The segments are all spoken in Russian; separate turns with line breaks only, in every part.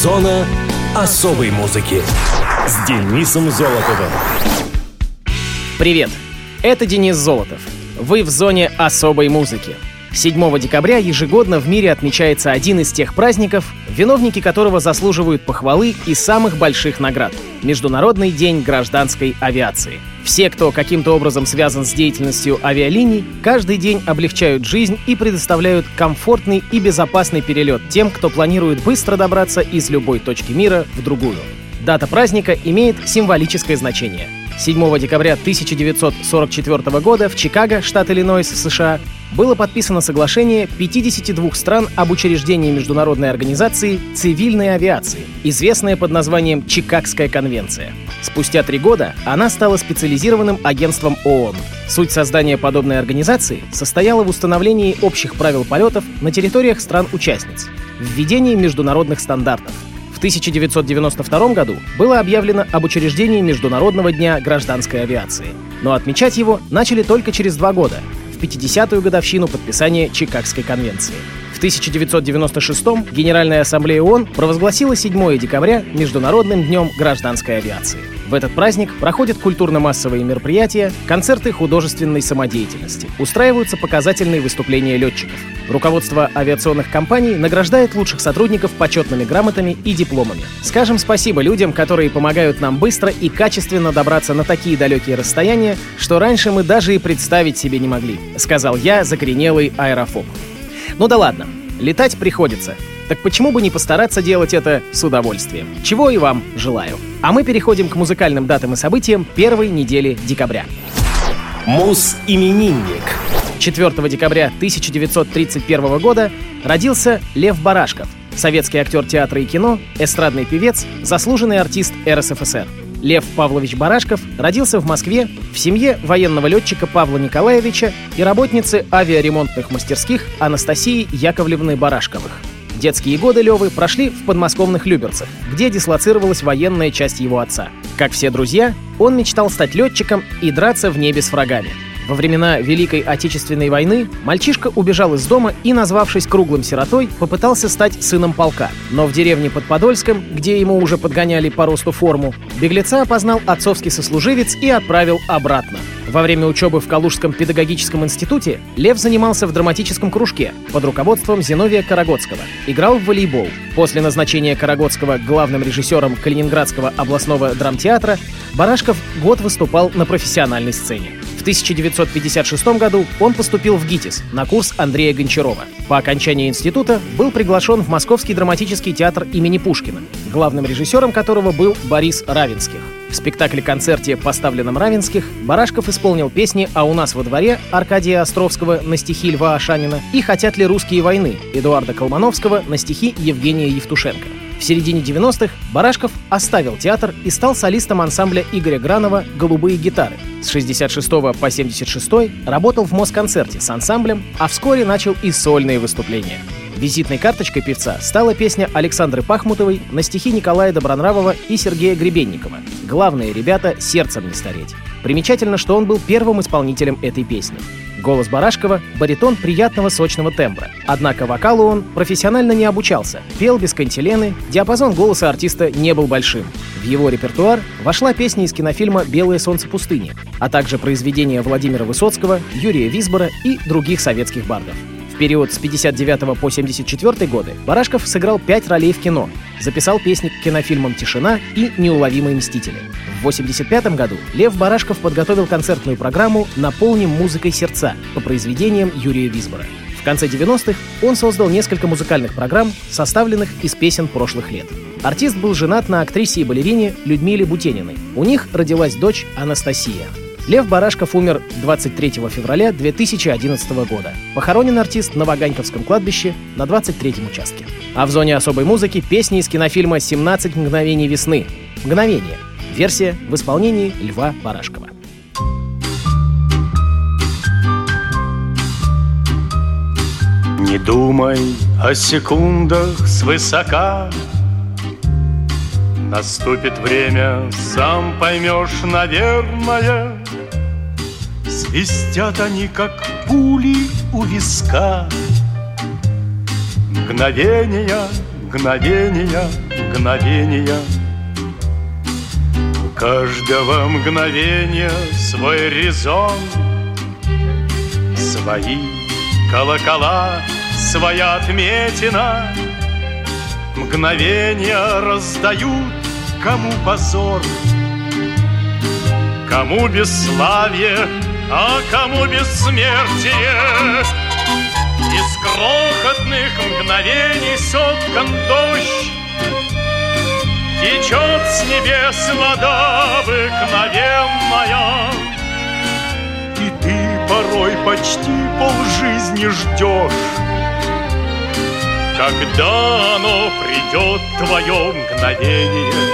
Зона особой музыки с Денисом Золотовым.
Привет, это Денис Золотов. Вы в зоне особой музыки. 7 декабря ежегодно в мире отмечается один из тех праздников, виновники которого заслуживают похвалы и самых больших наград — Международный день гражданской авиации. Все, кто каким-то образом связан с деятельностью авиалиний, каждый день облегчают жизнь и предоставляют комфортный и безопасный перелет тем, кто планирует быстро добраться из любой точки мира в другую. Дата праздника имеет символическое значение. 7 декабря 1944 года в Чикаго, штат Иллинойс, США, было подписано соглашение 52 стран об учреждении международной организации цивильной авиации, известная под названием Чикагская конвенция. Спустя 3 года она стала специализированным агентством ООН. Суть создания подобной организации состояла в установлении общих правил полетов на территориях стран-участниц, введении международных стандартов. В 1992 году было объявлено об учреждении Международного дня гражданской авиации, но отмечать его начали только через 2 года, в 50-ю годовщину подписания Чикагской конвенции. В 1996-м Генеральная ассамблея ООН провозгласила 7 декабря Международным днем гражданской авиации. В этот праздник проходят культурно-массовые мероприятия, концерты художественной самодеятельности, устраиваются показательные выступления летчиков. Руководство авиационных компаний награждает лучших сотрудников почетными грамотами и дипломами. Скажем спасибо людям, которые помогают нам быстро и качественно добраться на такие далекие расстояния, что раньше мы даже и представить себе не могли, сказал я, закоренелый аэрофоб. Ну да ладно, летать приходится. Так почему бы не постараться делать это с удовольствием? Чего и вам желаю. А мы переходим к музыкальным датам и событиям первой недели декабря.
Мус-именинник.
4 декабря 1931 года родился Лев Барашков, советский актер театра и кино, эстрадный певец, заслуженный артист РСФСР. Лев Павлович Барашков родился в Москве в семье военного летчика Павла Николаевича и работницы авиаремонтных мастерских Анастасии Яковлевны Барашковых. Детские годы Левы прошли в подмосковных Люберцах, где дислоцировалась военная часть его отца. Как все друзья, он мечтал стать летчиком и драться в небе с врагами. Во времена Великой Отечественной войны мальчишка убежал из дома и, назвавшись круглым сиротой, попытался стать сыном полка. Но в деревне под Подольском, где ему уже подгоняли по росту форму, беглеца опознал отцовский сослуживец и отправил обратно. Во время учебы в Калужском педагогическом институте Лев занимался в драматическом кружке под руководством Зиновия Карагодского, играл в волейбол. После назначения Карагодского главным режиссером Калининградского областного драмтеатра Барашков год выступал на профессиональной сцене. В 1956 году он поступил в ГИТИС на курс Андрея Гончарова. По окончании института был приглашен в Московский драматический театр имени Пушкина, главным режиссером которого был Борис Равинских. В спектакле-концерте, поставленном Равинских, Барашков исполнил песни «А у нас во дворе» Аркадия Островского на стихи Льва Ашанина и «Хотят ли русские войны» Эдуарда Колмановского на стихи Евгения Евтушенко. В середине 90-х Барашков оставил театр и стал солистом ансамбля Игоря Гранова «Голубые гитары». С 66 по 76 работал в Москонцерте с ансамблем, а вскоре начал и сольные выступления. Визитной карточкой певца стала песня Александры Пахмутовой на стихи Николая Добронравова и Сергея Гребенникова «Главное, ребята, сердцем не стареть». Примечательно, что он был первым исполнителем этой песни. Голос Барашкова — баритон приятного сочного тембра. Однако вокалу он профессионально не обучался, пел без кантилены, диапазон голоса артиста не был большим. В его репертуар вошла песня из кинофильма «Белое солнце пустыни», а также произведения Владимира Высоцкого, Юрия Висбора и других советских бардов. В период с 59 по 74 годы Барашков сыграл 5 ролей в кино, записал песни к кинофильмам «Тишина» и «Неуловимые мстители». В 85 году Лев Барашков подготовил концертную программу «Наполним музыкой сердца» по произведениям Юрия Висбора. В конце 90-х он создал несколько музыкальных программ, составленных из песен прошлых лет. Артист был женат на актрисе и балерине Людмиле Бутениной. У них родилась дочь Анастасия. Лев Барашков умер 23 февраля 2011 года. Похоронен артист на Ваганьковском кладбище на 23-м участке. А в зоне особой музыки песни из кинофильма «17 мгновений весны». «Мгновение». Версия в исполнении Льва Барашкова.
Не думай о секундах свысока, наступит время, сам поймешь, наверное. Свистят они, как пули у виска. Мгновения, мгновения, мгновения. У каждого мгновения свой резон, свои колокола, своя отметина. Мгновения раздают, кому позор, кому бесславие, а кому бессмертие. Из крохотных мгновений соткан дождь, течет с небес вода обыкновенная. И ты порой почти полжизни ждешь, когда оно придет, твое мгновение.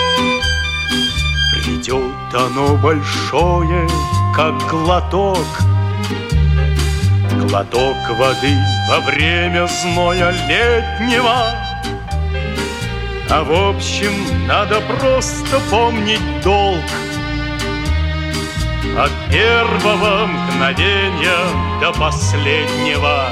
Придет оно большое, как глоток, глоток воды во время зноя летнего. А в общем, надо просто помнить долг. От первого мгновения до последнего.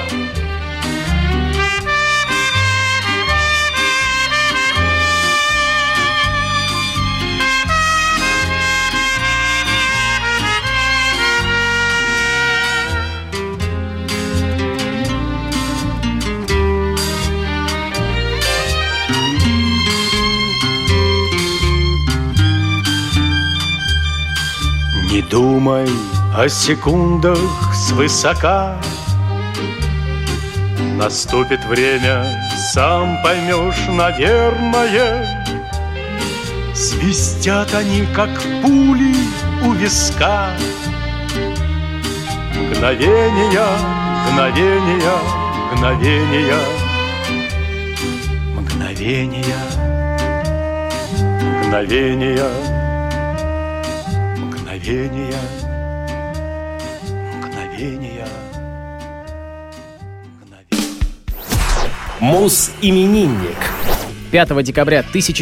Не думай о секундах свысока. Наступит время, сам поймешь, наверное. Свистят они, как пули у виска. Мгновения, мгновения, мгновения. Мгновения, мгновения. Мгновения, мгновения, мгновения.
Мус-именинник.
5 декабря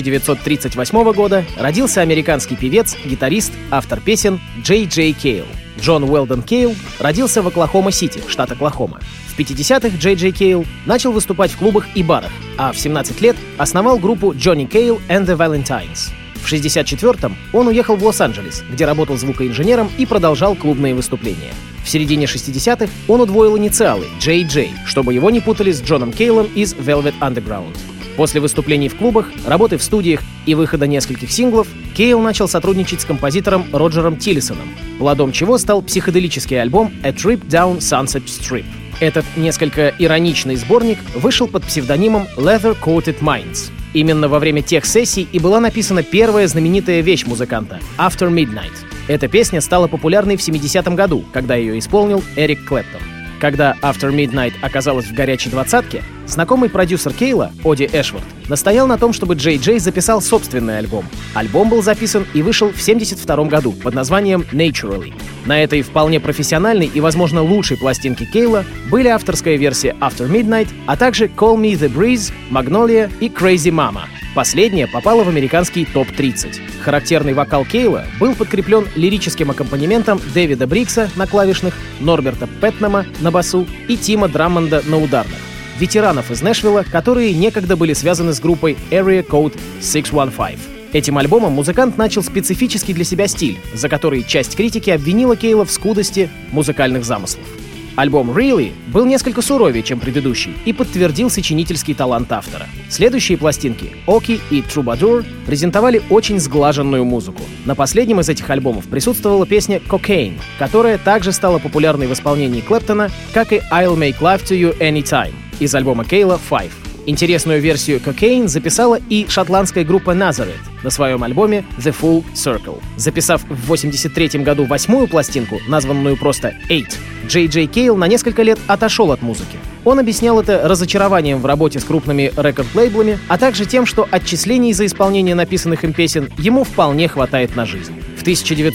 1938 года родился американский певец, гитарист, автор песен Джей Джей Кейл. Джон Уэлдон Кейл родился в Оклахома-Сити, штат Оклахома. В 50-х Джей Джей Кейл начал выступать в клубах и барах, а в 17 лет основал группу Johnny Cale and the Valentines. В 1964-м он уехал в Лос-Анджелес, где работал звукоинженером и продолжал клубные выступления. В середине 60-х он удвоил инициалы Джей Джей, чтобы его не путали с Джоном Кейлом из Velvet Underground. После выступлений в клубах, работы в студиях и выхода нескольких синглов, Кейл начал сотрудничать с композитором Роджером Тиллисоном, плодом чего стал психоделический альбом A Trip Down Sunset Strip. Этот несколько ироничный сборник вышел под псевдонимом Leather Coated Minds. Именно во время тех сессий и была написана первая знаменитая вещь музыканта — After Midnight. Эта песня стала популярной в 70-м году, когда ее исполнил Эрик Клэптон. Когда After Midnight оказалась в горячей двадцатке, знакомый продюсер Кейла, Оди Эшворт, настоял на том, чтобы Джей Джей записал собственный альбом. Альбом был записан и вышел в 1972 году под названием Naturally. На этой вполне профессиональной и, возможно, лучшей пластинке Кейла были авторская версия After Midnight, а также Call Me The Breeze, Magnolia и Crazy Mama. Последняя попала в американский топ-30. Характерный вокал Кейла был подкреплен лирическим аккомпанементом Дэвида Брикса на клавишных, Норберта Пэтнама на басу и Тима Драммонда на ударных. Ветеранов из Нэшвилла, которые некогда были связаны с группой Area Code 615. Этим альбомом музыкант начал специфический для себя стиль, за который часть критики обвинила Кейла в скудости музыкальных замыслов. Альбом Really был несколько суровее, чем предыдущий, и подтвердил сочинительский талант автора. Следующие пластинки, Оки и Troubadour, презентовали очень сглаженную музыку. На последнем из этих альбомов присутствовала песня Cocaine, которая также стала популярной в исполнении Клэптона, как и I'll Make Love to You Anytime из альбома Кейла Five. Интересную версию Cocaine записала и шотландская группа Nazareth на своем альбоме The Full Circle. Записав в 1983 году 8-ю пластинку, названную просто Eight, Джей Джей Кейл на несколько лет отошел от музыки. Он объяснял это разочарованием в работе с крупными рекорд-лейблами, а также тем, что отчислений за исполнение написанных им песен ему вполне хватает на жизнь. В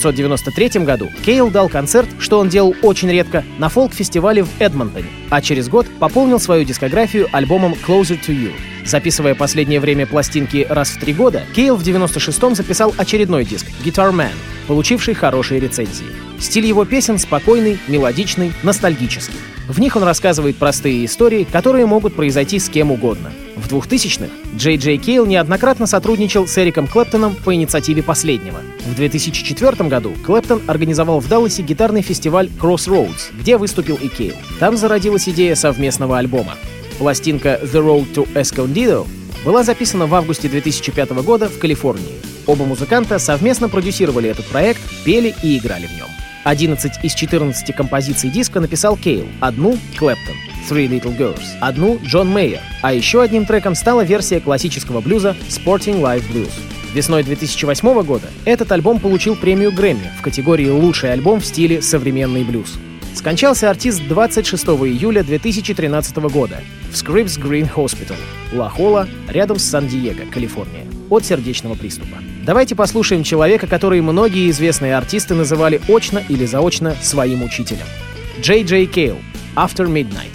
1993 году Кейл дал концерт, что он делал очень редко, на фолк-фестивале в Эдмонтоне, а через год пополнил свою дискографию альбомом Closer to You. Записывая последнее время пластинки раз в 3 года, Кейл в 96-м записал очередной диск «Guitar Man», получивший хорошие рецензии. Стиль его песен спокойный, мелодичный, ностальгический. В них он рассказывает простые истории, которые могут произойти с кем угодно. В 2000-х Джей Джей Кейл неоднократно сотрудничал с Эриком Клэптоном по инициативе последнего. В 2004 году Клэптон организовал в Далласе гитарный фестиваль Crossroads, где выступил и Кейл. Там зародилась идея совместного альбома. Пластинка «The Road to Escondido» была записана в августе 2005 года в Калифорнии. Оба музыканта совместно продюсировали этот проект, пели и играли в нем. 11 из 14 композиций диска написал Кейл, одну — Клэптон, «Three Little Girls», одну — Джон Мейер, а еще одним треком стала версия классического блюза «Sporting Life Blues». Весной 2008 года этот альбом получил премию Грэмми в категории «Лучший альбом в стиле современный блюз». Скончался артист 26 июля 2013 года в Scripps Green Hospital, Ла-Холла, рядом с Сан-Диего, Калифорния, от сердечного приступа. Давайте послушаем человека, который многие известные артисты называли очно или заочно своим учителем. Джей Джей Кейл, «After Midnight».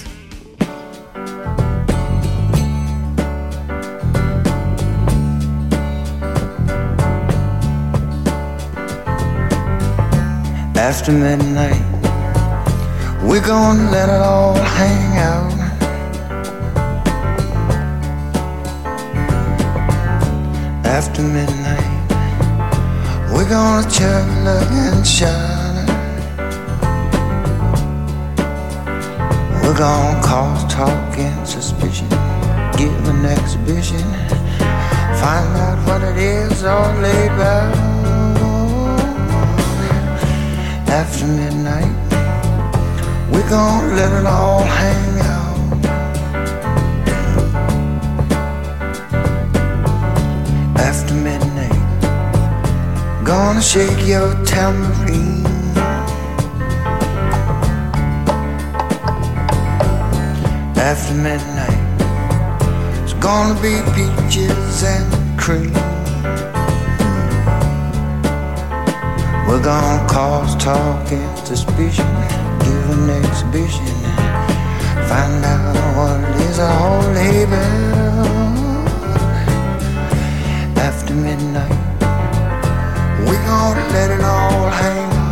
After midnight, we're gonna let it all hang out. After midnight, we're gonna chug, look and shine. We're gonna cause talk and suspicion, give an exhibition, find out what it is all about. After midnight, we're gonna let it all hang out. After midnight, gonna shake your tambourine. After midnight, it's gonna be peaches and cream. We're gonna cause talk and suspicion, give an exhibition, find out what it is all about. After midnight, we're gonna let it all hang out.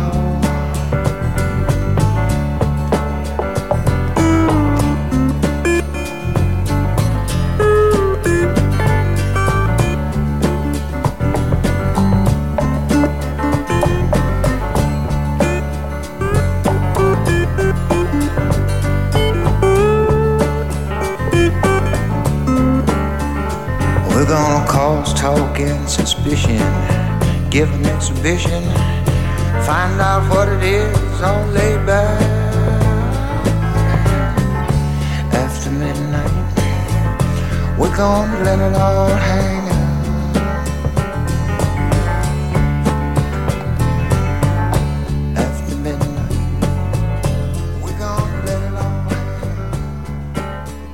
We're gonna cause talk and suspicion, give an exhibition, find out what it is all laid back. After midnight, we're gonna let it all hang out. After midnight, we're gonna let it all hang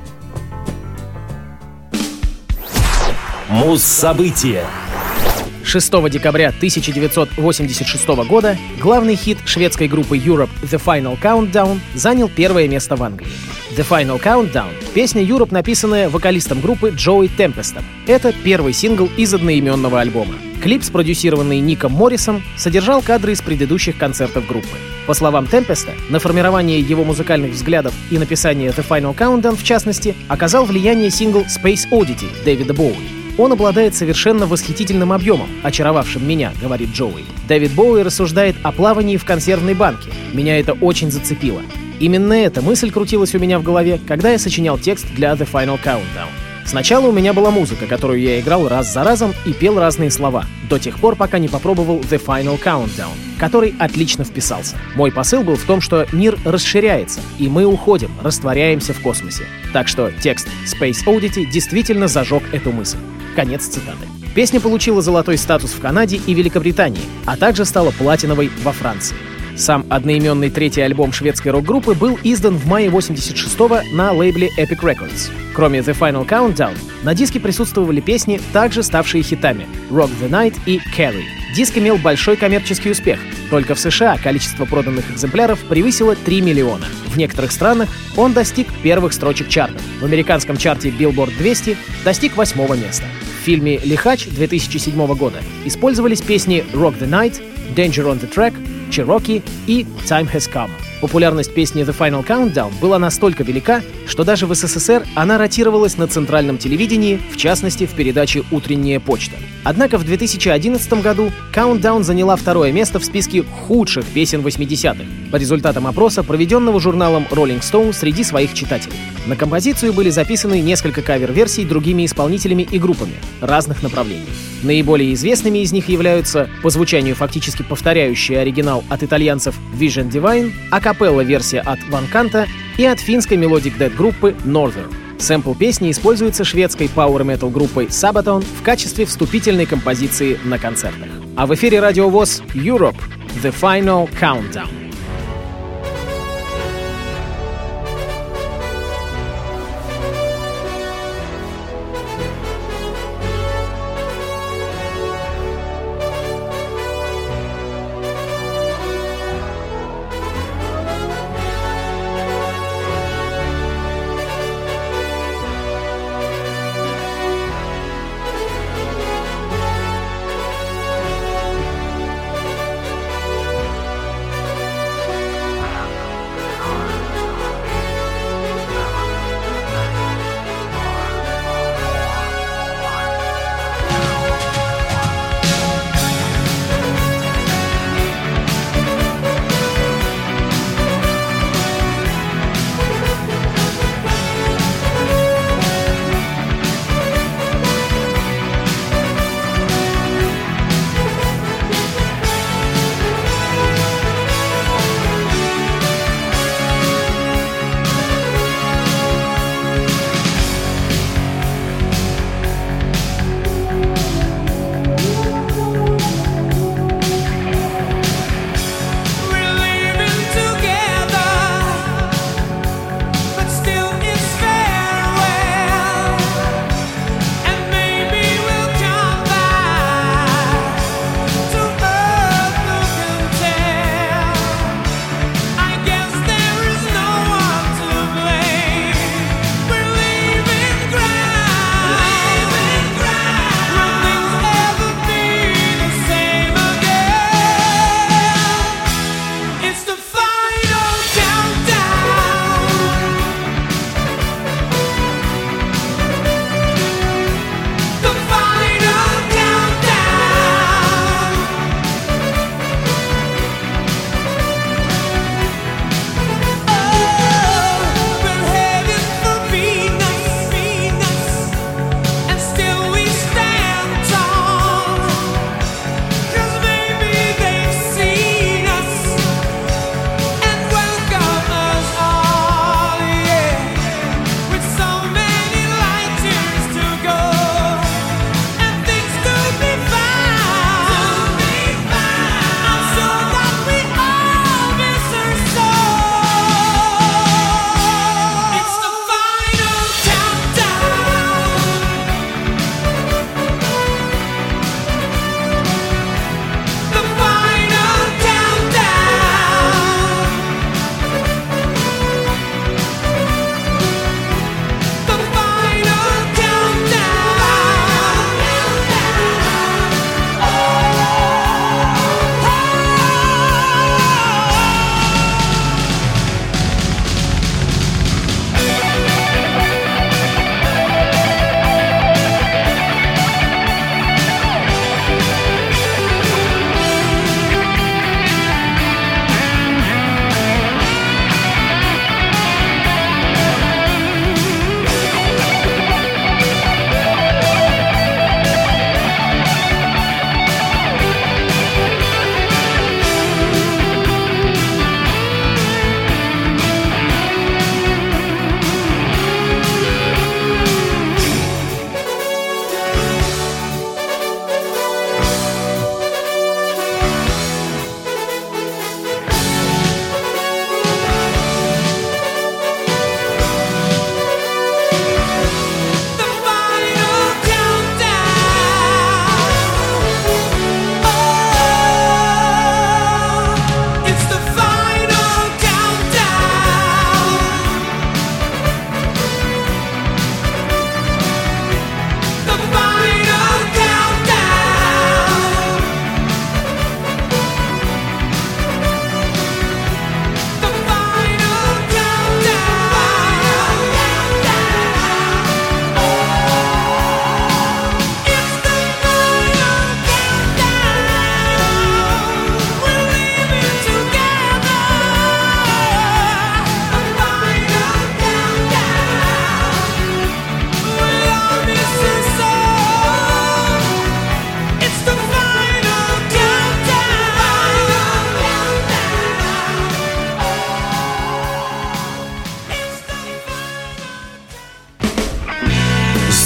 out.
Муз-события.
6 декабря 1986 года главный хит шведской группы Europe «The Final Countdown» занял первое место в Англии. «The Final Countdown» — песня Europe, написанная вокалистом группы Джои Темпестом. Это первый сингл из одноименного альбома. Клип, спродюсированный Ником Моррисом, содержал кадры из предыдущих концертов группы. По словам Темпеста, на формирование его музыкальных взглядов и написание «The Final Countdown» в частности оказал влияние сингл «Space Oddity» Дэвида Боуи. Он обладает совершенно восхитительным объемом, очаровавшим меня, говорит Джоуи. Дэвид Боуи рассуждает о плавании в консервной банке. Меня это очень зацепило. Именно эта мысль крутилась у меня в голове, когда я сочинял текст для The Final Countdown. Сначала у меня была музыка, которую я играл раз за разом и пел разные слова, до тех пор, пока не попробовал The Final Countdown, который отлично вписался. Мой посыл был в том, что мир расширяется, и мы уходим, растворяемся в космосе. Так что текст Space Oddity действительно зажег эту мысль. Конец цитаты. Песня получила золотой статус в Канаде и Великобритании, а также стала платиновой во Франции. Сам одноименный третий альбом шведской рок-группы был издан в мае 86-го на лейбле Epic Records. Кроме The Final Countdown, на диске присутствовали песни, также ставшие хитами «Rock the Night» и «Carry». Диск имел большой коммерческий успех. Только в США количество проданных экземпляров превысило 3 миллиона. В некоторых странах он достиг первых строчек чартов. В американском чарте Billboard 200 достиг 8-го места. В фильме «Лихач» 2007 года использовались песни «Rock the Night», «Danger on the Track», «Cherokee» и «Time Has Come». Популярность песни «The Final Countdown» была настолько велика, что даже в СССР она ротировалась на центральном телевидении, в частности, в передаче «Утренняя почта». Однако в 2011 году «Countdown» заняла 2-е место в списке худших песен 80-х по результатам опроса, проведенного журналом Rolling Stone среди своих читателей. На композицию были записаны несколько кавер-версий другими исполнителями и группами разных направлений. Наиболее известными из них являются по звучанию фактически повторяющие оригинал от итальянцев Vision Divine, акапелла-версия от Ван Канта и от финской мелодик дэт-группы Northern. Сэмпл песни используется шведской пауэр-метал группой Sabaton в качестве вступительной композиции на концертах. А в эфире Радио ВОС Europe — The Final Countdown.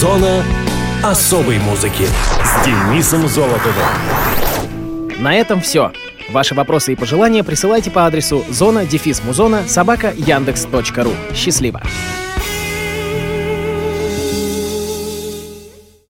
Зона особой музыки с Денисом Золотовым.
На этом все. Ваши вопросы и пожелания присылайте по адресу zona-muzona@yandex.ru. Счастливо!